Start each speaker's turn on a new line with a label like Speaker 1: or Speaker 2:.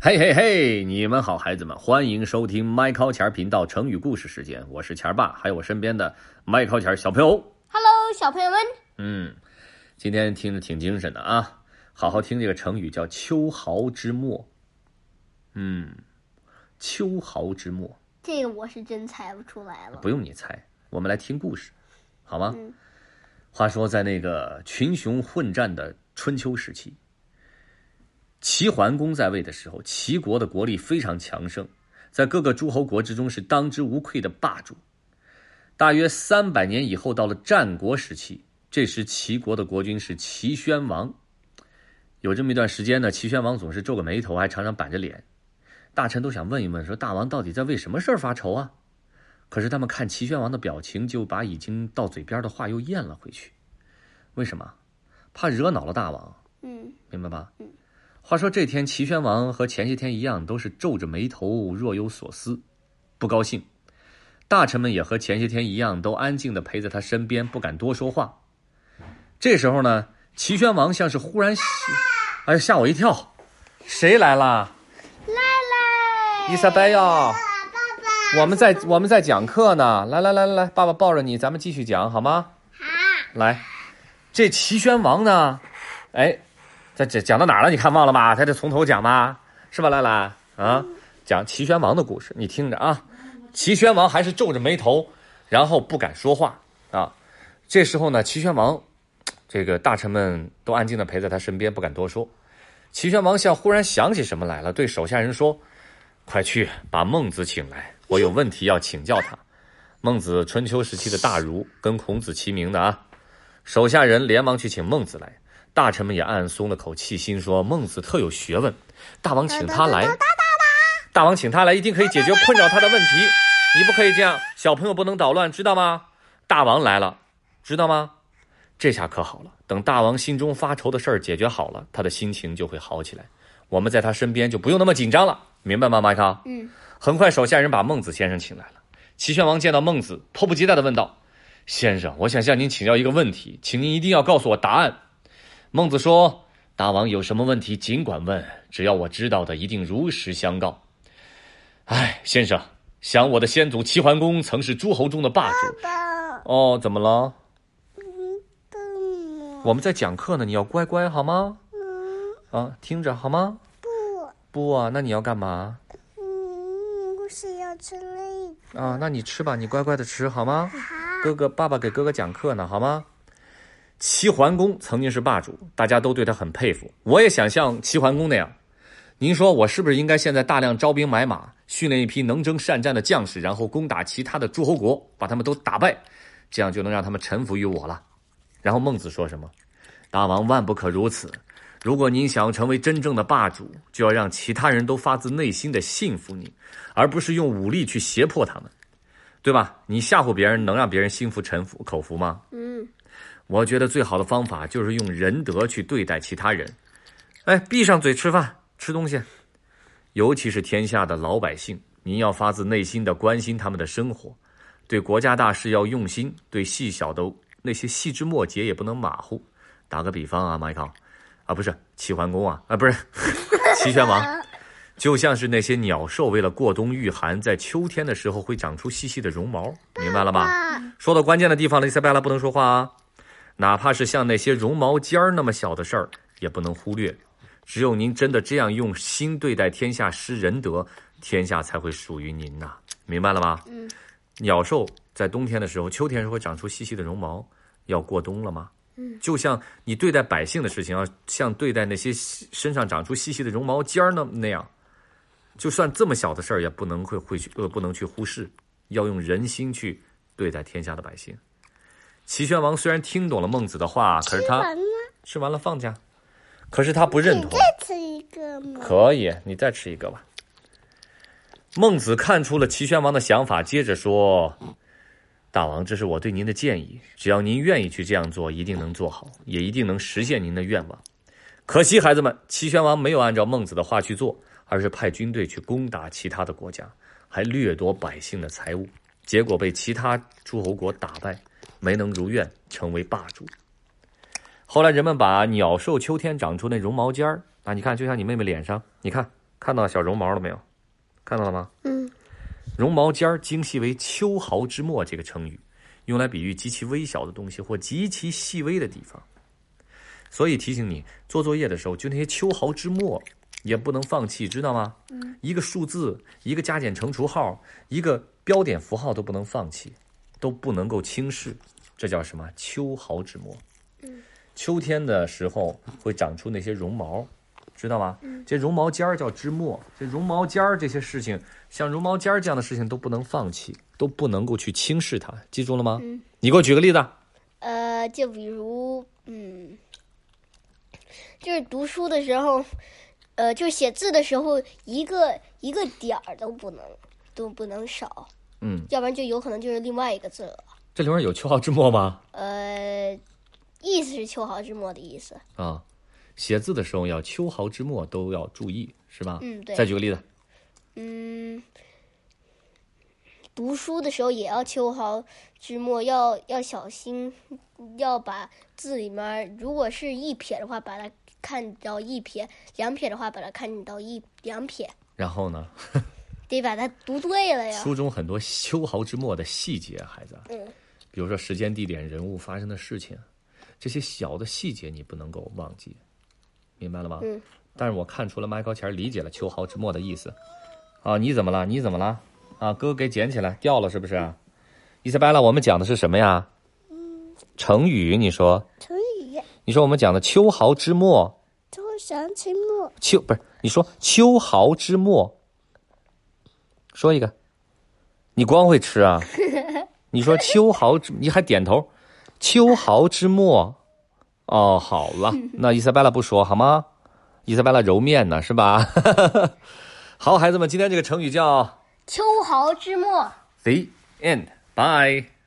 Speaker 1: 嘿嘿嘿，你们好，孩子们，欢迎收听麦考钱频道成语故事时间，我是钱爸，还有我身边的麦考钱小朋友。
Speaker 2: Hello， 小朋友们。
Speaker 1: 今天听着挺精神的啊，好好听这个成语叫秋毫之末。秋毫之末，
Speaker 2: 这个我是真猜不出来了。
Speaker 1: 不用你猜，我们来听故事，好吗？话说在那个群雄混战的春秋时期，齐桓公在位的时候，齐国的国力非常强盛，在各个诸侯国之中是当之无愧的霸主。大约300年以后，到了战国时期，这时齐国的国君是齐宣王。有这么一段时间呢，齐宣王总是皱个眉头，还常常板着脸。大臣都想问一问，说大王到底在为什么事儿发愁啊？可是他们看齐宣王的表情，就把已经到嘴边的话又咽了回去。为什么？怕惹恼了大王。明白吧？话说这天，齐宣王和前些天一样，都是皱着眉头，若有所思，不高兴。大臣们也和前些天一样，都安静地陪在他身边，不敢多说话。这时候呢，齐宣王像是忽然吓我一跳，谁来了？伊莎白呀，
Speaker 2: 爸爸，
Speaker 1: 我们在讲课呢，来，爸爸抱着你，咱们继续讲好吗？
Speaker 2: 好。
Speaker 1: 来，这齐宣王呢，这讲到哪儿了？你看忘了吧？他得从头讲吧，是吧？来啊，讲齐宣王的故事，你听着啊。齐宣王还是皱着眉头，然后不敢说话啊。这时候呢，齐宣王这个大臣们都安静地陪在他身边，不敢多说。齐宣王像忽然想起什么来了，对手下人说：“快去把孟子请来，我有问题要请教他。”孟子春秋时期的大儒，跟孔子齐名的啊。手下人连忙去请孟子来，大臣们也暗暗松了口气，心说孟子特有学问，大王请他来，一定可以解决困扰他的问题。你不可以这样，小朋友不能捣乱，知道吗？大王来了，知道吗？这下可好了，等大王心中发愁的事儿解决好了，他的心情就会好起来，我们在他身边就不用那么紧张了，明白吗，麦克？很快手下人把孟子先生请来了。齐宣王见到孟子，迫不及待地问道：“先生，我想向您请教一个问题，请您一定要告诉我答案。”孟子说：“大王有什么问题尽管问，只要我知道的，一定如实相告。”先生，想我的先祖齐桓公曾是诸侯中的霸主。哦，怎么了？我们在讲课呢，你要乖乖好吗？听着好吗？不啊，那你要干嘛？
Speaker 2: 我是要吃那个。
Speaker 1: 那你吃吧，你乖乖的吃好吗？爸爸给哥哥讲课呢，好吗？齐桓公曾经是霸主，大家都对他很佩服，我也想像齐桓公那样。您说我是不是应该现在大量招兵买马，训练一批能征善战的将士，然后攻打其他的诸侯国，把他们都打败，这样就能让他们臣服于我了？然后孟子说什么？大王万不可如此，如果您想成为真正的霸主，就要让其他人都发自内心的信服你，而不是用武力去胁迫他们，对吧？你吓唬别人能让别人心服口服吗？我觉得最好的方法就是用仁德去对待其他人。闭上嘴吃饭吃东西，尤其是天下的老百姓，您要发自内心的关心他们的生活，对国家大事要用心，对细小的那些细枝末节也不能马虎。打个比方啊，麦考不是齐桓公不是齐宣王，就像是那些鸟兽为了过冬御寒，在秋天的时候会长出细细的绒毛，明白了吧？说到关键的地方了，伊莎贝拉不能说话啊。哪怕是像那些绒毛尖儿那么小的事儿，也不能忽略。只有您真的这样用心对待天下，施仁德，天下才会属于您呐，明白了吗？鸟兽在冬天的时候，秋天时候会长出细细的绒毛，要过冬了吗？就像你对待百姓的事情，要像对待那些身上长出细细的绒毛尖儿那样，就算这么小的事儿，也不能去忽视，要用人心去对待天下的百姓。齐宣王虽然听懂了孟子的话，可是他吃完了放下，可是他不认同。
Speaker 2: 你再吃一个吗？
Speaker 1: 可以，你再吃一个吧。孟子看出了齐宣王的想法，接着说：“大王，这是我对您的建议，只要您愿意去这样做，一定能做好，也一定能实现您的愿望。”可惜孩子们，齐宣王没有按照孟子的话去做，而是派军队去攻打其他的国家，还掠夺百姓的财物，结果被其他诸侯国打败，没能如愿成为霸主。后来人们把鸟兽秋天长出那绒毛尖儿你看就像你妹妹脸上，你看看到小绒毛了没有？看到了吗？绒毛尖儿精细为秋毫之末，这个成语用来比喻极其微小的东西或极其细微的地方。所以提醒你做作业的时候，就那些秋毫之末也不能放弃，知道吗？一个数字，一个加减乘除号，一个标点符号都不能放弃，都不能够轻视。这叫什么？秋毫之末。秋天的时候会长出那些绒毛，知道吗？这绒毛尖儿叫枝末，这绒毛尖儿这些事情，像绒毛尖儿这样的事情都不能放弃，都不能够去轻视它，记住了吗？你给我举个例子。
Speaker 3: 就比如，就是读书的时候，就是写字的时候，一个点儿都不能少，要不然就有可能就是另外一个字了。
Speaker 1: 这里面有秋毫之末吗？
Speaker 3: 意思是秋毫之末的意思
Speaker 1: 啊。写字的时候要秋毫之末都要注意，是吧？
Speaker 3: 对。
Speaker 1: 再举个例子。
Speaker 3: 读书的时候也要秋毫之末，要小心，要把字里面，如果是一撇的话，把它看到一撇；两撇的话，把它看到两撇。
Speaker 1: 然后呢？
Speaker 3: 得把它读对了呀。
Speaker 1: 书中很多秋毫之末的细节，孩子。比如说时间、地点、人物发生的事情，这些小的细节你不能够忘记，明白了吗？但是我看出了麦高前理解了秋毫之末的意思。啊，你怎么了？你怎么了？啊，哥给捡起来，掉了是不是？伊莎白拉，我们讲的是什么呀？成语，你说。
Speaker 2: 成语。
Speaker 1: 你说我们讲的秋毫之末。
Speaker 2: 秋毫之末。
Speaker 1: 不是，你说秋毫之末。说一个，你光会吃啊？你说秋毫之，你还点头，秋毫之末。哦，好了，那伊莎贝拉不说好吗？伊莎贝拉揉面呢，是吧？好，孩子们，今天这个成语叫
Speaker 3: 秋毫之末。
Speaker 1: The end. Bye.